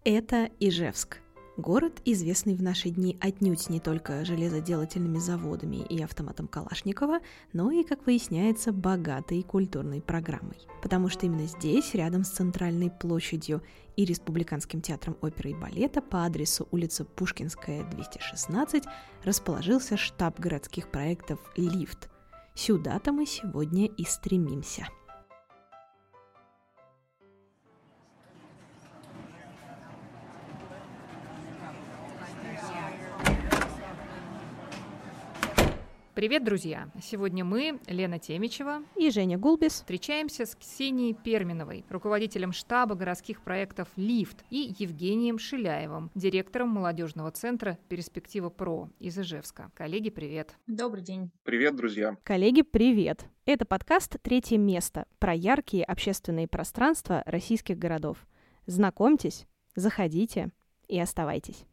Это Ижевск. Город, известный в наши дни отнюдь не только железоделательными заводами и автоматом Калашникова, но и, как выясняется, богатой культурной программой. Потому что именно здесь, рядом с Центральной площадью и Республиканским театром оперы и балета по адресу улица Пушкинская, 216, расположился штаб городских проектов «Лифт». Сюда-то мы сегодня и стремимся. Привет, друзья! Сегодня мы, Лена Темичева и Женя Гулбис, встречаемся с Ксенией Перминовой, руководителем штаба городских проектов «Лифт», и Евгением Шиляевым, директором молодежного центра «Перспектива ПРО» из Ижевска. Коллеги, привет! Добрый день! Привет, друзья! Коллеги, привет! Это подкаст «Третье место» про яркие общественные пространства российских городов. Знакомьтесь, заходите и оставайтесь.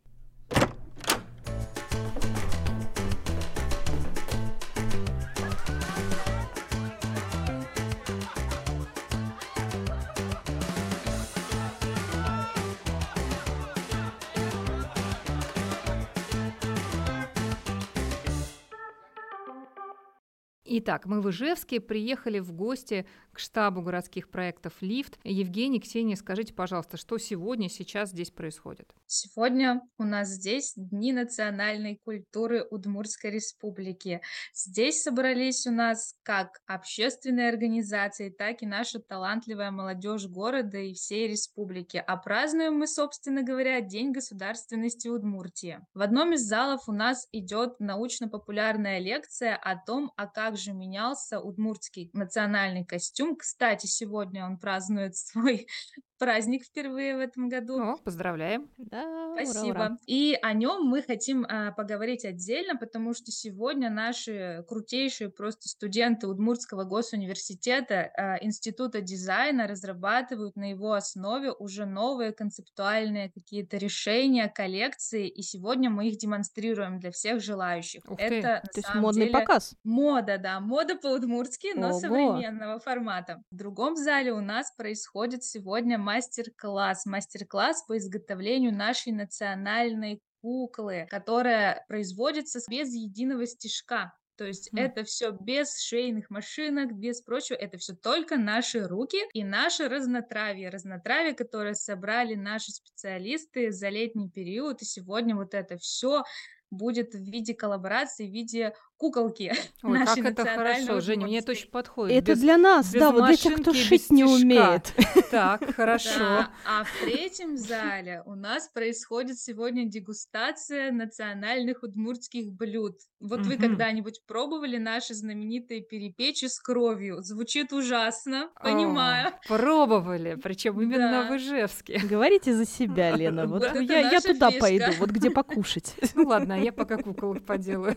Итак, мы в Ижевске приехали в гости к штабу городских проектов «Лифт». Евгений, Ксения, скажите, пожалуйста, что сейчас здесь происходит? Сегодня у нас здесь Дни национальной культуры Удмуртской республики. Здесь собрались у нас как общественные организации, так и наша талантливая молодежь города и всей республики. А празднуем мы, собственно говоря, День государственности Удмуртии. В одном из залов у нас идет научно-популярная лекция о том, как же менялся удмуртский национальный костюм. Кстати, сегодня он празднует свой праздник впервые в этом году. О, поздравляем. Да, Спасибо. ура, ура. И о нем мы хотим поговорить отдельно, потому что сегодня наши крутейшие просто студенты Удмуртского госуниверситета Института дизайна разрабатывают на его основе уже новые концептуальные какие-то решения, коллекции, и сегодня мы их демонстрируем для всех желающих. Ух ты. Это на То есть самом модный деле показ. мода, да, мода по-удмуртски, но Ого. современного формата. В другом зале у нас происходит сегодня мастер-класс по изготовлению нашей национальной куклы, которая производится без единого стежка. То есть это все без швейных машинок, без прочего, это все только наши руки и наше разнотравие, которое собрали наши специалисты за летний период, и сегодня вот это все будет в виде коллаборации, в виде куколки. Ой, как нашей это хорошо, национальной Женя, мне это удмуртской. очень подходит. Это Без- для нас, без да, вот для тех, кто машинки, шить без не стежка. умеет. Так, хорошо. Да, а в третьем зале у нас происходит сегодня дегустация национальных удмуртских блюд. Вот вы Мгм. когда-нибудь пробовали наши знаменитые перепечи с кровью? Звучит ужасно, О, понимаю. пробовали, причем именно в Да. Ижевске. Говорите за себя, Лена. Вот Вот это я наша туда фишка. пойду, вот где покушать. Ну ладно, я пока куколок поделаю.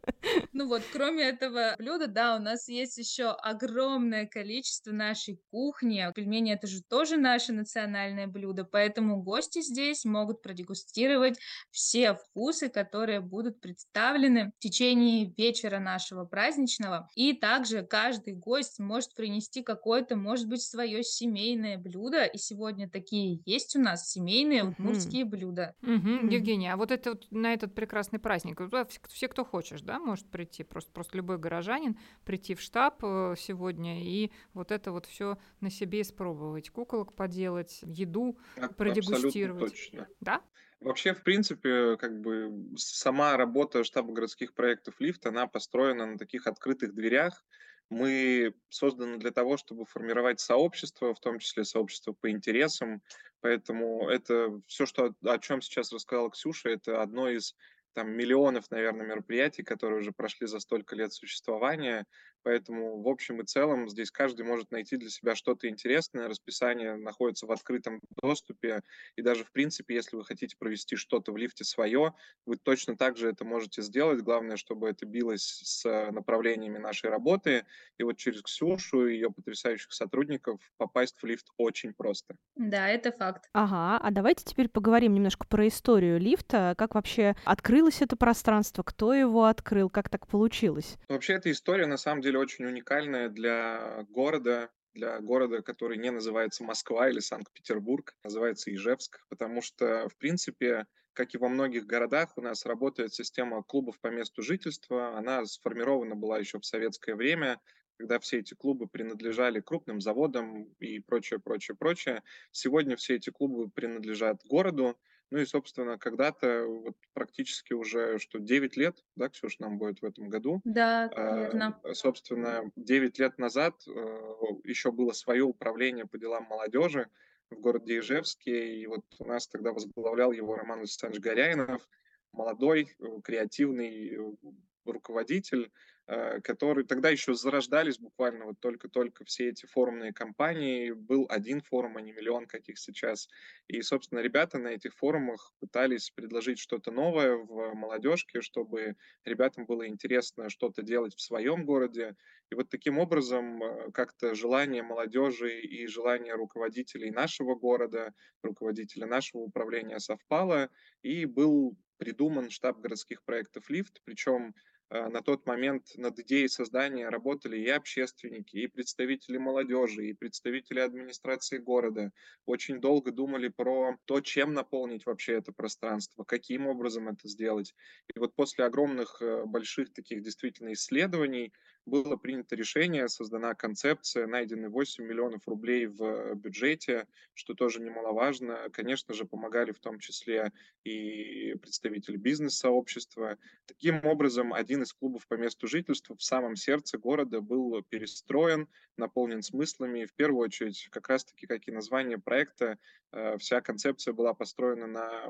Ну вот, кроме этого блюда, да, у нас есть еще огромное количество нашей кухни. Пельмени — это же тоже наше национальное блюдо, поэтому гости здесь могут продегустировать все вкусы, которые будут представлены в течение вечера нашего праздничного. И также каждый гость может принести какое-то, может быть, свое семейное блюдо. И сегодня такие есть у нас семейные удмуртские блюда. Мгм. Евгения, а вот это вот на этот прекрасный праздник, туда все, кто хочешь, да, может прийти, просто любой горожанин прийти в штаб сегодня и вот это вот все на себе испробовать, куколок поделать, еду продегустировать. Абсолютно точно. Да? Вообще, в принципе, как бы сама работа штаба городских проектов «Лифт», она построена на таких открытых дверях. Мы созданы для того, чтобы формировать сообщество, в том числе сообщество по интересам. Поэтому это все, о чем сейчас рассказала Ксюша, это одно из там миллионов, наверное, мероприятий, которые уже прошли за столько лет существования. Поэтому в общем и целом здесь каждый может найти для себя что-то интересное. Расписание находится в открытом доступе. И даже, в принципе, если вы хотите провести что-то в лифте свое, вы точно так же это можете сделать. Главное, чтобы это билось с направлениями нашей работы. И вот через Ксюшу и ее потрясающих сотрудников попасть в лифт очень просто. Да, это факт. Ага, а давайте теперь поговорим немножко про историю лифта. Как вообще открылось это пространство, кто его открыл, как так получилось? Вообще, эта история на самом деле очень уникальная для города. для города, который не называется Москва или Санкт-Петербург, называется Ижевск, потому что, в принципе, как и во многих городах, у нас работает система клубов по месту жительства. Она сформирована была еще в советское время, когда все эти клубы принадлежали крупным заводам и прочее, прочее, прочее. Сегодня все эти клубы принадлежат городу. Ну и, собственно, когда-то, вот практически уже, что 9 лет, да, Ксюш, нам будет в этом году, Да, верно. собственно, 9 лет назад еще было свое управление по делам молодежи в городе Ижевске, и вот у нас тогда возглавлял его Роман Александрович Горяинов, молодой, креативный руководитель, который тогда еще зарождались буквально вот только-только все эти форумные кампании. Был один форум, а не миллион, каких сейчас. И, собственно, ребята на этих форумах пытались предложить что-то новое в молодежке, чтобы ребятам было интересно что-то делать в своем городе. И вот таким образом как-то желание молодежи и желание руководителей нашего города, руководителя нашего управления совпало, и был придуман штаб городских проектов «Лифт», причем на тот момент над идеей создания работали и общественники, и представители молодежи, и представители администрации города. Очень долго думали про то, чем наполнить вообще это пространство, каким образом это сделать. И вот после огромных, больших таких действительно исследований было принято решение, создана концепция, найдены 8 миллионов рублей в бюджете, что тоже немаловажно. Конечно же, помогали в том числе и представители бизнес-сообщества. Таким образом, один из клубов по месту жительства в самом сердце города был перестроен, наполнен смыслами. В первую очередь, как раз-таки, как и название проекта, вся концепция была построена на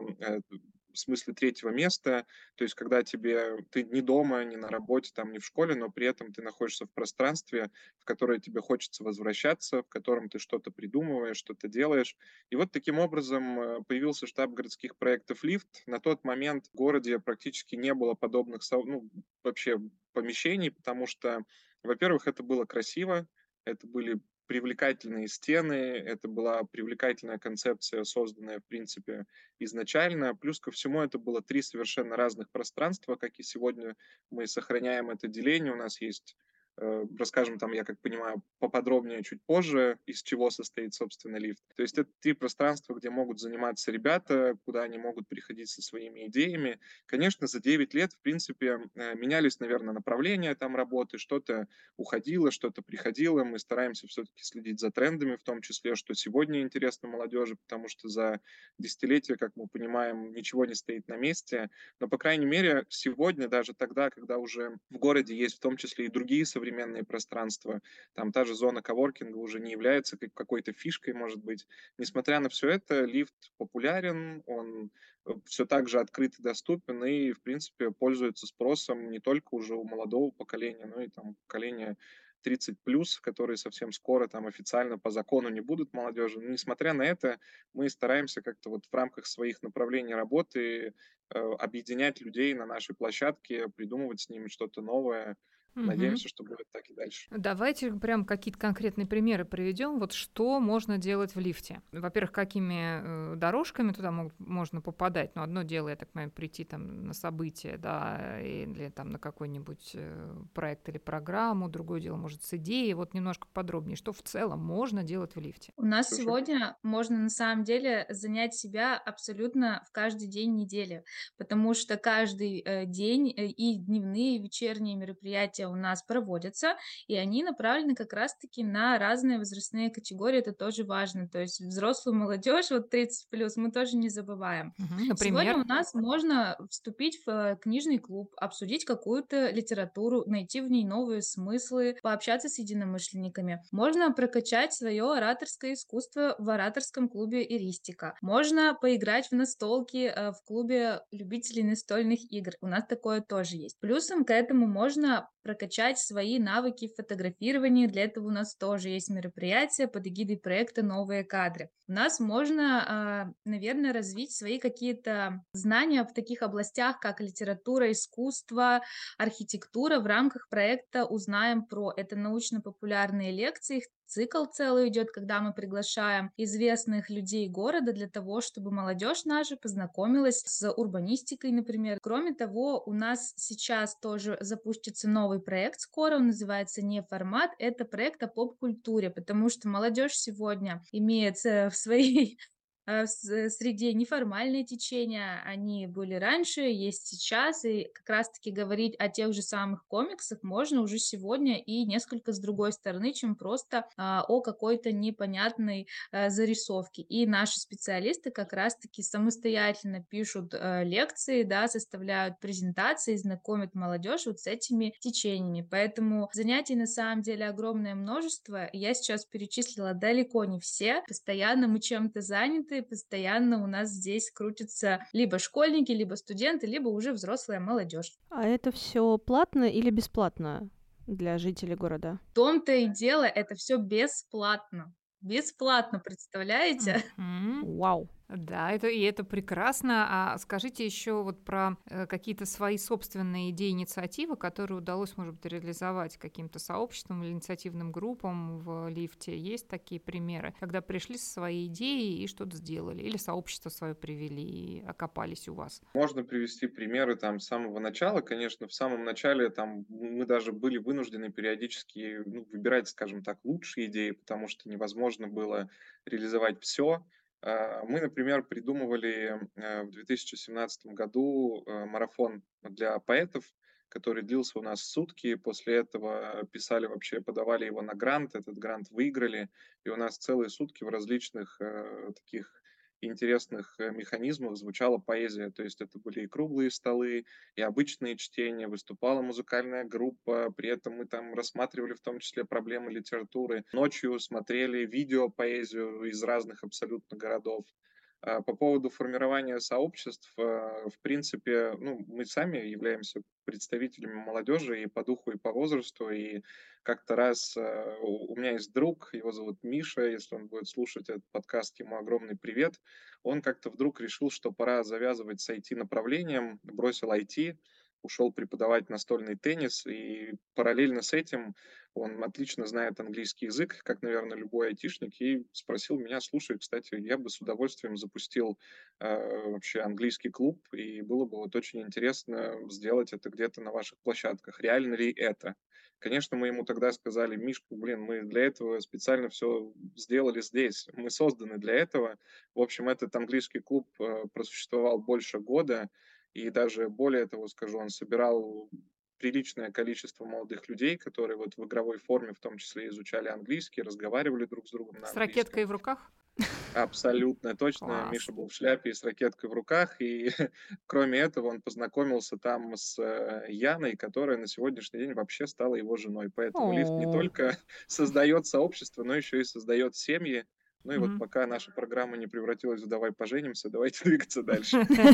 смысле третьего места, то есть когда ты не дома, не на работе, там, не в школе, но при этом ты находишься в пространстве, в которое тебе хочется возвращаться, в котором ты что-то придумываешь, что-то делаешь. И вот таким образом появился штаб городских проектов «Лифт». На тот момент в городе практически не было подобных вообще помещений, потому что, во-первых, это было красиво, это были привлекательные стены, это была привлекательная концепция, созданная, в принципе, изначально. Плюс ко всему это было три совершенно разных пространства, как и сегодня мы сохраняем это деление. У нас есть, расскажем там, я как понимаю, поподробнее чуть позже, из чего состоит, собственно, лифт. То есть это три пространства, где могут заниматься ребята, куда они могут приходить со своими идеями. Конечно, за 9 лет, в принципе, менялись, наверное, направления там работы, что-то уходило, что-то приходило. Мы стараемся все-таки следить за трендами, в том числе, что сегодня интересно молодежи, потому что за десятилетия, как мы понимаем, ничего не стоит на месте. Но, по крайней мере, сегодня, даже тогда, когда уже в городе есть в том числе и другие современные пространства, там та же зона коворкинга уже не является какой-то фишкой, может быть. Несмотря на все это, лифт популярен, он все так же открыт и доступен, и, в принципе, пользуется спросом не только уже у молодого поколения, но и там поколения 30+, которые совсем скоро там официально по закону не будут молодежи. Но несмотря на это, мы стараемся как-то вот в рамках своих направлений работы объединять людей на нашей площадке, придумывать с ними что-то новое. Мгм. Надеемся, что будет так и дальше. Давайте прям какие-то конкретные примеры приведем. Вот что можно делать в лифте? Во-первых, какими дорожками туда можно попадать? Ну, одно дело, я так понимаю, прийти там на событие, да, или там на какой-нибудь проект или программу. Другое дело, может, с идеей. Вот немножко подробнее, что в целом можно делать в лифте? У нас Ксюша? сегодня можно на самом деле занять себя абсолютно в каждый день недели, потому что каждый день и дневные, и вечерние мероприятия у нас проводятся, и они направлены как раз-таки на разные возрастные категории, это тоже важно, то есть взрослую молодежь, вот 30+, мы тоже не забываем. Мгм. Сегодня Например? у нас можно вступить в книжный клуб, обсудить какую-то литературу, найти в ней новые смыслы, пообщаться с единомышленниками. Можно прокачать свое ораторское искусство в ораторском клубе «Иристика». Можно поиграть в настолки в клубе любителей настольных игр. У нас такое тоже есть. Плюсом к этому можно прокачать свои навыки в фотографировании. Для этого у нас тоже есть мероприятие под эгидой проекта «Новые кадры». У нас можно, наверное, развить свои какие-то знания в таких областях, как литература, искусство, архитектура в рамках проекта «Узнаем про». Это научно-популярные лекции, цикл целый идет, когда мы приглашаем известных людей города для того, чтобы молодежь наша познакомилась с урбанистикой, например. Кроме того, у нас сейчас тоже запустится новый проект скоро, он называется «Не формат», это проект о поп-культуре, потому что молодежь сегодня имеет в своей среде неформальные течения, они были раньше, есть сейчас, и как раз-таки говорить о тех же самых комиксах можно уже сегодня и несколько с другой стороны, чем просто о какой-то непонятной зарисовке. И наши специалисты как раз-таки самостоятельно пишут лекции, да, составляют презентации, знакомят молодежь вот с этими течениями. Поэтому занятий на самом деле огромное множество. Я сейчас перечислила далеко не все. Постоянно мы чем-то заняты, постоянно у нас здесь крутятся либо школьники, либо студенты, либо уже взрослая молодежь. А это все платно или бесплатно для жителей города? В том-то и дело, это все бесплатно. Бесплатно, представляете? Мгм. Вау. Да, это прекрасно. А скажите еще вот про какие-то свои собственные идеи, инициативы, которые удалось, может быть, реализовать каким-то сообществом или инициативным группам в лифте. Есть такие примеры, когда пришли со своей идеей и что-то сделали, или сообщество свое привели и окопались у вас? Можно привести примеры там с самого начала. Конечно, в самом начале там мы даже были вынуждены периодически выбирать, скажем так, лучшие идеи, потому что невозможно было реализовать все. Мы, например, придумывали в 2017 году марафон для поэтов, который длился у нас сутки. После этого писали вообще, подавали его на грант. Этот грант выиграли. И у нас целые сутки в различных таких интересных механизмах звучала поэзия. То есть это были и круглые столы, и обычные чтения, выступала музыкальная группа, при этом мы там рассматривали в том числе проблемы литературы. Ночью смотрели видео-поэзию из разных абсолютно городов. По поводу формирования сообществ, в принципе, мы сами являемся представителями молодежи и по духу, и по возрасту, и как-то раз у меня есть друг, его зовут Миша, если он будет слушать этот подкаст, ему огромный привет. Он как-то вдруг решил, что пора завязывать с IT-направлением, бросил IT, ушел преподавать настольный теннис, и параллельно с этим он отлично знает английский язык, как, наверное, любой айтишник, и спросил меня: слушай, кстати, я бы с удовольствием запустил вообще английский клуб, и было бы вот очень интересно сделать это где-то на ваших площадках. Реально ли это? Конечно, мы ему тогда сказали: Мишка, блин, мы для этого специально все сделали здесь, мы созданы для этого. В общем, этот английский клуб просуществовал больше года, и даже более того скажу, он собирал приличное количество молодых людей, которые вот в игровой форме в том числе изучали английский, разговаривали друг с другом на С ракеткой английском. в руках? Абсолютно точно. Класс. Миша был в шляпе и с ракеткой в руках. И кроме этого он познакомился там с Яной, которая на сегодняшний день вообще стала его женой. Поэтому лифт не О. только создает сообщество, но еще и создает семьи. Ну и вот Мгм. пока наша программа не превратилась в «давай поженимся», давайте двигаться дальше.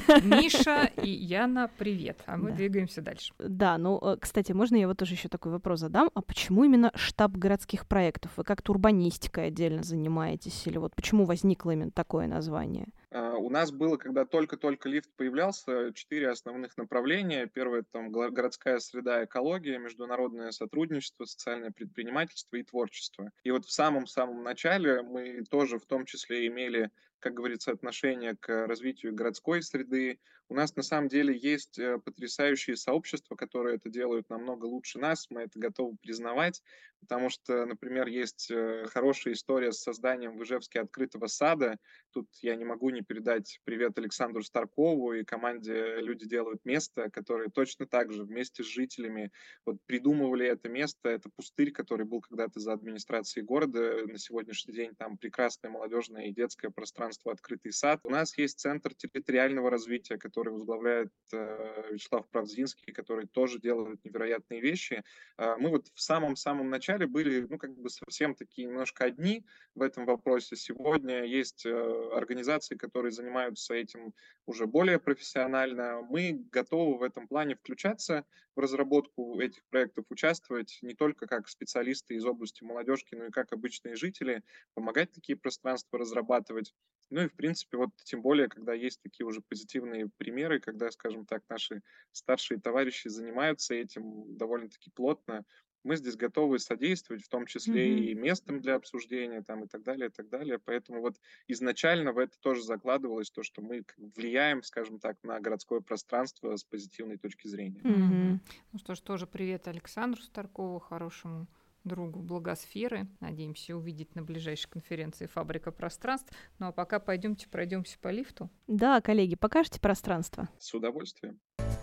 Миша и Яна, привет. А мы Да. двигаемся дальше. Да, кстати, можно я вот тоже еще такой вопрос задам? А почему именно штаб городских проектов? Вы как-то урбанистикой отдельно занимаетесь? Или вот почему возникло именно такое название? У нас было, когда только-только лифт появлялся, 4 основных направления. Первое — это там городская среда, экология, международное сотрудничество, социальное предпринимательство и творчество. И вот в самом-самом начале мы тоже в том числе имели, как говорится, отношение к развитию городской среды. У нас на самом деле есть потрясающие сообщества, которые это делают намного лучше нас, мы это готовы признавать, потому что, например, есть хорошая история с созданием в Ижевске открытого сада. Тут я не могу не передать привет Александру Старкову и команде «Люди делают место», которые точно так же вместе с жителями вот придумывали это место. Это пустырь, который был когда-то за администрацией города. На сегодняшний день там прекрасное молодежное и детское пространство «Открытый сад». У нас есть Центр территориального развития, который возглавляет Вячеслав Правдзинский, который тоже делает невероятные вещи. Мы вот в самом-самом начале были, как бы совсем такие немножко одни в этом вопросе. Сегодня есть организации, которые занимаются этим уже более профессионально. Мы готовы в этом плане включаться в разработку этих проектов, участвовать не только как специалисты из области молодежки, но и как обычные жители, помогать такие пространства разрабатывать. Ну и, в принципе, вот тем более, когда есть такие уже позитивные примеры, когда, скажем так, наши старшие товарищи занимаются этим довольно-таки плотно, мы здесь готовы содействовать, в том числе Мгм. и местом для обсуждения там, и так далее, и так далее. Поэтому вот изначально в это тоже закладывалось то, что мы как бы влияем, скажем так, на городское пространство с позитивной точки зрения. Мгм. Ну что ж, тоже привет Александру Старкову, хорошему другу Благосферы. Надеемся увидеть на ближайшей конференции «Фабрика пространств». Ну а пока пойдемте пройдемся по лифту. Да, коллеги, покажете пространство? С удовольствием.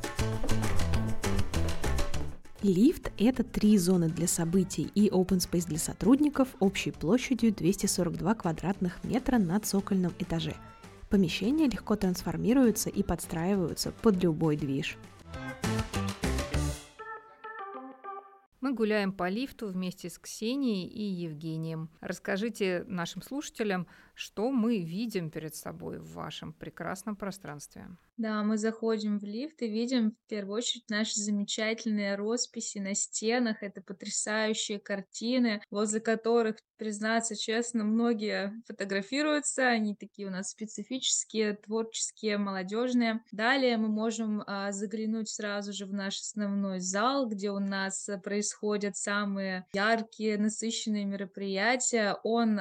Лифт — это 3 зоны для событий и open space для сотрудников общей площадью 242 квадратных метра на цокольном этаже. Помещения легко трансформируются и подстраиваются под любой движ. Мы гуляем по лифту вместе с Ксенией и Евгением. Расскажите нашим слушателям, что мы видим перед собой в вашем прекрасном пространстве. Да, мы заходим в лифт и видим в первую очередь наши замечательные росписи на стенах. Это потрясающие картины, возле которых, признаться честно, многие фотографируются. Они такие у нас специфические, творческие, молодежные. Далее мы можем заглянуть сразу же в наш основной зал, где у нас происходят самые яркие, насыщенные мероприятия. Он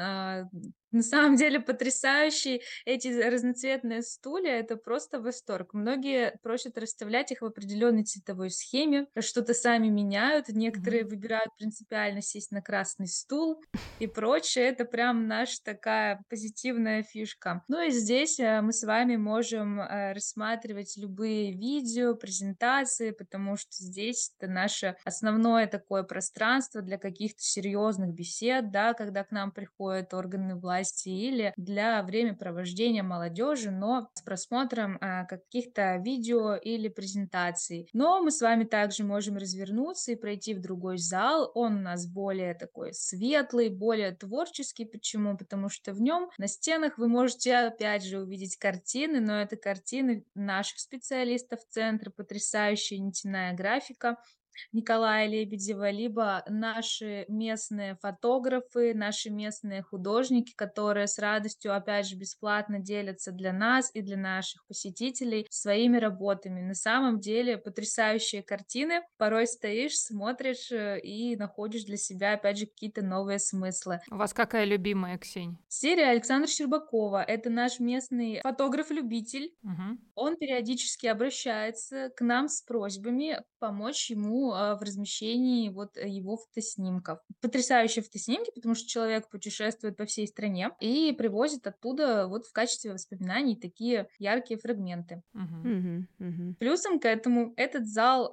на самом деле потрясающий. Эти разноцветные стулья — это просто восторг. Многие просят расставлять их в определенной цветовой схеме, что-то сами меняют, некоторые выбирают принципиально сесть на красный стул и прочее. Это прям наша такая позитивная фишка. Ну и здесь мы с вами можем рассматривать любые видео, презентации, потому что здесь это наше основное такое пространство для каких-то серьезных бесед, да, когда к нам приходят органы власти, или для времяпровождения молодежи, но с просмотром каких-то видео или презентаций. Но мы с вами также можем развернуться и пройти в другой зал. Он у нас более такой светлый, более творческий. Почему? Потому что в нем на стенах вы можете опять же увидеть картины, но это картины наших специалистов центра, потрясающая нитяная графика Николая Лебедева, либо наши местные фотографы, наши местные художники, которые с радостью, опять же, бесплатно делятся для нас и для наших посетителей своими работами. На самом деле потрясающие картины. Порой стоишь, смотришь и находишь для себя, опять же, какие-то новые смыслы. У вас какая любимая, Ксень? Серия Александра Щербакова. Это наш местный фотограф-любитель. Мгм. Он периодически обращается к нам с просьбами помочь ему в размещении вот его фотоснимков. Потрясающие фотоснимки, потому что человек путешествует по всей стране и привозит оттуда вот в качестве воспоминаний такие яркие фрагменты. Мгм. Мгм, мгм. Плюсом к этому этот зал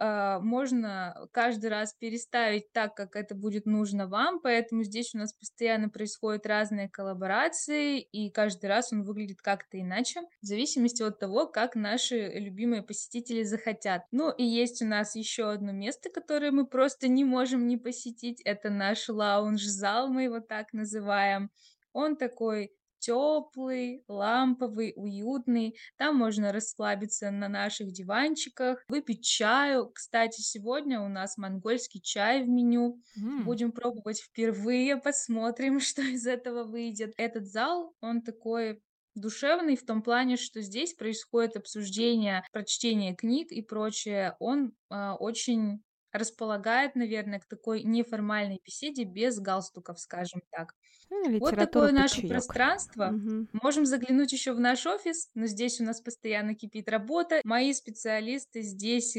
можно каждый раз переставить так, как это будет нужно вам, поэтому здесь у нас постоянно происходят разные коллаборации, и каждый раз он выглядит как-то иначе, в зависимости от того, как наши любимые посетители захотят. Ну и есть у нас еще одно место, которое мы просто не можем не посетить, это наш лаунж-зал, мы его так называем. Он такой теплый, ламповый, уютный. Там можно расслабиться на наших диванчиках, выпить чаю. Кстати, сегодня у нас монгольский чай в меню. М. Будем пробовать впервые, посмотрим, что из этого выйдет. Этот зал, он такой душевный в том плане, что здесь происходит обсуждение, прочтение книг и прочее. Он очень располагает, наверное, к такой неформальной беседе без галстуков, скажем так. Вот Литература такое под наше чаек. пространство. Мгм. Можем заглянуть еще в наш офис, но здесь у нас постоянно кипит работа. Мои специалисты здесь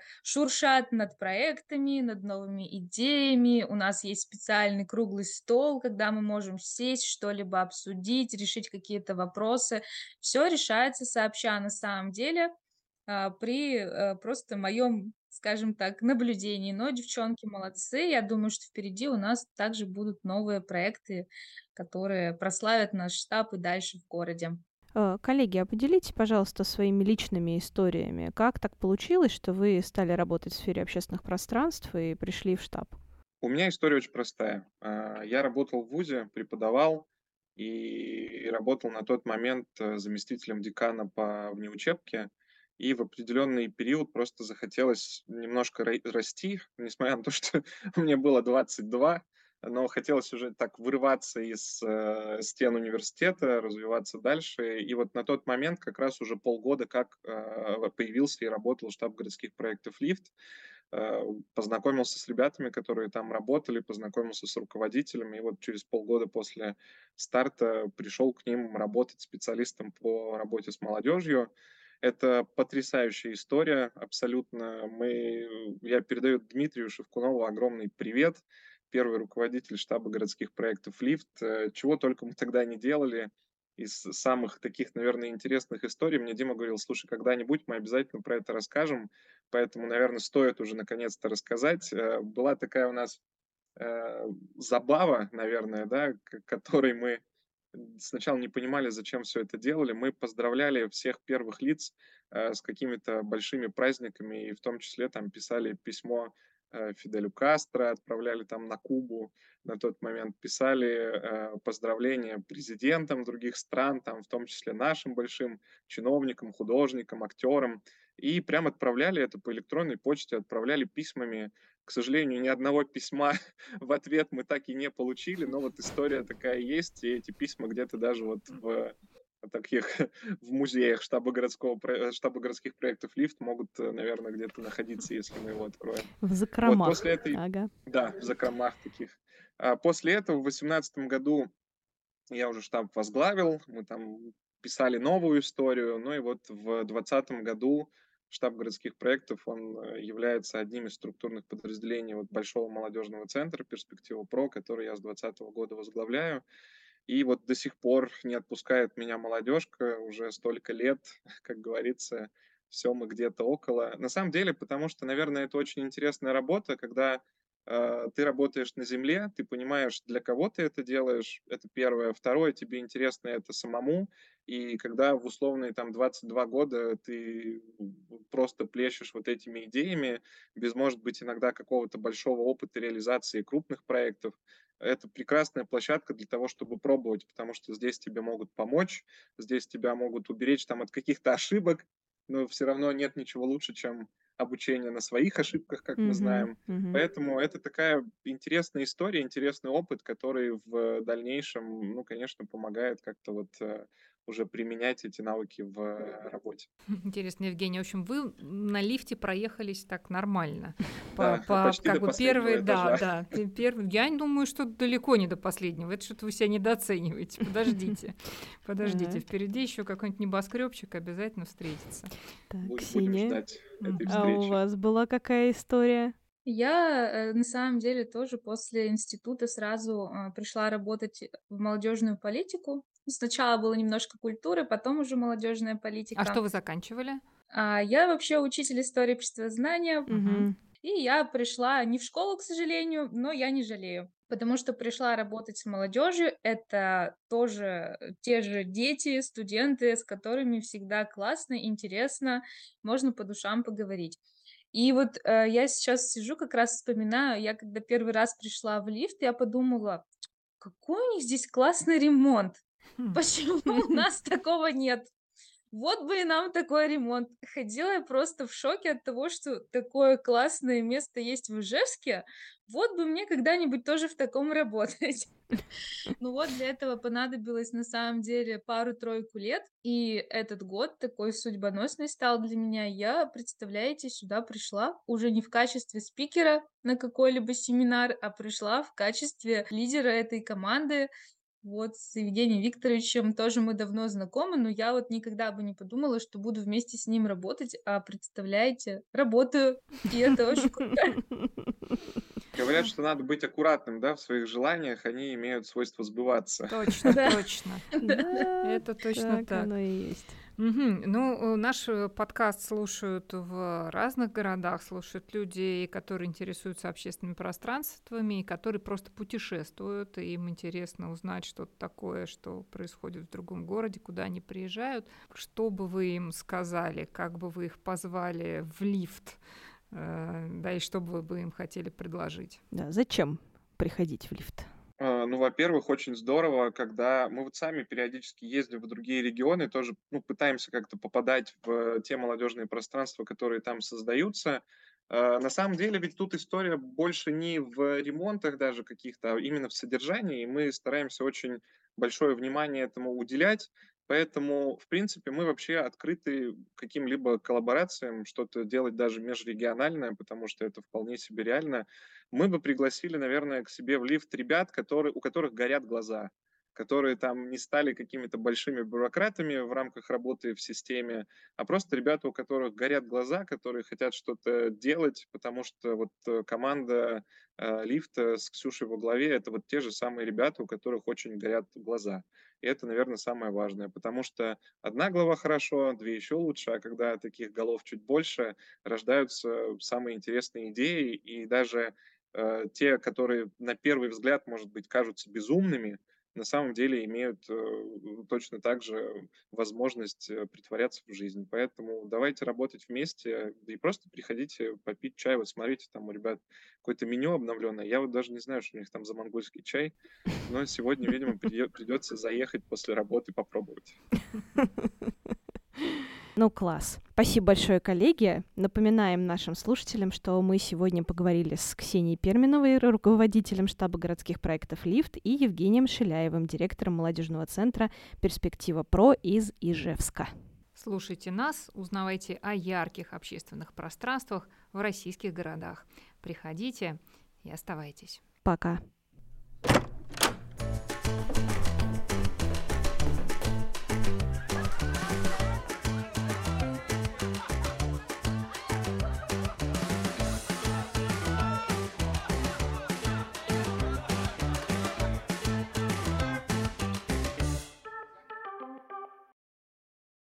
шуршат над проектами, над новыми идеями. У нас есть специальный круглый стол, когда мы можем сесть, что-либо обсудить, решить какие-то вопросы. Все решается сообща на самом деле при просто моем, скажем так, наблюдении. Но девчонки молодцы. Я думаю, что впереди у нас также будут новые проекты, которые прославят наш штаб и дальше в городе. Коллеги, а поделитесь, пожалуйста, своими личными историями. Как так получилось, что вы стали работать в сфере общественных пространств и пришли в штаб? У меня история очень простая. Я работал в ВУЗе, преподавал и работал на тот момент заместителем декана по внеучебке. И в определенный период просто захотелось немножко расти, несмотря на то, что мне было 22, но хотелось уже так вырываться из стен университета, развиваться дальше. И вот на тот момент как раз уже полгода как появился и работал штаб городских проектов «Лифт». познакомился с ребятами, которые там работали, познакомился с руководителями, и вот через полгода после старта пришел к ним работать специалистом по работе с молодежью. Это потрясающая история, абсолютно. Я передаю Дмитрию Шевкунову огромный привет, первый руководитель штаба городских проектов «Лифт». Чего только мы тогда не делали. Из самых таких, наверное, интересных историй мне Дима говорил: слушай, когда-нибудь мы обязательно про это расскажем, поэтому, наверное, стоит уже наконец-то рассказать. Была такая у нас забава, наверное, да, которой мы сначала не понимали, зачем все это делали. Мы поздравляли всех первых лиц с какими-то большими праздниками, и в том числе там писали письмо Фиделю Кастро, отправляли там на Кубу на тот момент, писали поздравления президентам других стран, там, в том числе нашим большим чиновникам, художникам, актерам, и прям отправляли это по электронной почте, отправляли письмами. К сожалению, ни одного письма в ответ мы так и не получили, но вот история такая есть, и эти письма где-то даже вот в таких в музеях штаба городских проектов «Лифт» могут, наверное, где-то находиться, если мы его откроем. В Вот закромах. после этой, Ага. да, в закромах таких. После этого в 2018 году я уже штаб возглавил, мы там писали новую историю, ну и вот в 2020 году штаб городских проектов, он является одним из структурных подразделений вот Большого молодежного центра «Перспектива ПРО», который я с 2020 года возглавляю. И вот до сих пор не отпускает меня молодежка уже столько лет, как говорится, все мы где-то около. На самом деле, потому что, наверное, это очень интересная работа, когда ты работаешь на земле, ты понимаешь, для кого ты это делаешь, это первое. Второе, тебе интересно это самому, и когда в условные там 22 года ты просто плещешь вот этими идеями, без, может быть, иногда какого-то большого опыта реализации крупных проектов, это прекрасная площадка для того, чтобы пробовать, потому что здесь тебе могут помочь, здесь тебя могут уберечь там от каких-то ошибок, но все равно нет ничего лучше, чем обучение на своих ошибках, как мы Мгм, знаем. мгм. Поэтому это такая интересная история, интересный опыт, который в дальнейшем, ну, конечно, помогает как-то вот уже применять эти навыки в работе. Интересно, Евгений. В общем, вы на лифте проехались так нормально. Да, почти до Как бы последнего первые, да, этажа. да. Первый, я думаю, что далеко не до последнего. Это что-то вы себя недооцениваете. Подождите. Подождите. Так, Впереди еще какой-нибудь небоскребчик обязательно встретится. так, Будем Ксения, ждать этой Мгм. а у встречи. вас была какая история? Я на самом деле тоже после института сразу пришла работать в молодежную политику. Сначала было немножко культуры, потом уже молодежная А что политика. вы заканчивали? Я вообще учитель истории обществознания, Мгм. Мгм. и я пришла не в школу, к сожалению, но я не жалею. Потому что пришла работать с молодежью, это тоже те же дети, студенты, с которыми всегда классно, интересно, можно по душам поговорить. И вот я сейчас сижу, как раз вспоминаю, я когда первый раз пришла в лифт, я подумала, какой у них здесь классный ремонт, Хм. почему у нас такого нет? Вот бы и нам такой ремонт. Ходила я просто в шоке от того, что такое классное место есть в Ижевске. Вот бы мне когда-нибудь тоже в таком работать. Ну вот для этого понадобилось на самом деле пару-тройку лет, и этот год такой судьбоносный стал для меня. Я, представляете, сюда пришла уже не в качестве спикера на какой-либо семинар, а пришла в качестве лидера этой команды. Вот с Евгением Викторовичем тоже мы давно знакомы, но я вот никогда бы не подумала, что буду вместе с ним работать, а представляете, работаю, и это очень круто. Говорят, что надо быть аккуратным, да, в своих желаниях, они имеют свойство сбываться. Точно, Да, точно. Да, Это точно так так. оно и есть. Мгм. Ну, наш подкаст слушают в разных городах, слушают люди, которые интересуются общественными пространствами, и которые просто путешествуют, и им интересно узнать что-то такое, что происходит в другом городе, куда они приезжают. Что бы вы им сказали, как бы вы их позвали в лифт, да, и что бы вы им хотели предложить? Да, зачем приходить в лифт? Ну, во-первых, очень здорово, когда мы вот сами периодически ездим в другие регионы, тоже, ну, пытаемся как-то попадать в те молодежные пространства, которые там создаются. На самом деле, ведь тут история больше не в ремонтах даже каких-то, а именно в содержании, и мы стараемся очень большое внимание этому уделять. Поэтому, в принципе, мы вообще открыты к каким-либо коллаборациям, что-то делать даже межрегиональное, потому что это вполне себе реально. Мы бы пригласили, наверное, к себе в лифт ребят, у которых горят глаза, которые там не стали какими-то большими бюрократами в рамках работы в системе, а просто ребята, у которых горят глаза, которые хотят что-то делать, потому что вот команда лифта с Ксюшей во главе — это вот те же самые ребята, у которых очень горят глаза. И это, наверное, самое важное, потому что одна голова хорошо, две еще лучше, а когда таких голов чуть больше, рождаются самые интересные идеи, и даже те, которые на первый взгляд, может быть, кажутся безумными, на самом деле имеют точно так же возможность притворяться в жизнь. Поэтому давайте работать вместе и просто приходите попить чай. Вот смотрите, там у ребят какое-то меню обновленное. Я вот даже не знаю, что у них там за монгольский чай, но сегодня, видимо, придется заехать после работы попробовать. Ну, класс. Спасибо большое, коллеги. Напоминаем нашим слушателям, что мы сегодня поговорили с Ксенией Перминовой, руководителем штаба городских проектов «Лифт», и Евгением Шиляевым, директором молодежного центра «Перспектива ПРО» из Ижевска. Слушайте нас, узнавайте о ярких общественных пространствах в российских городах. Приходите и оставайтесь. Пока.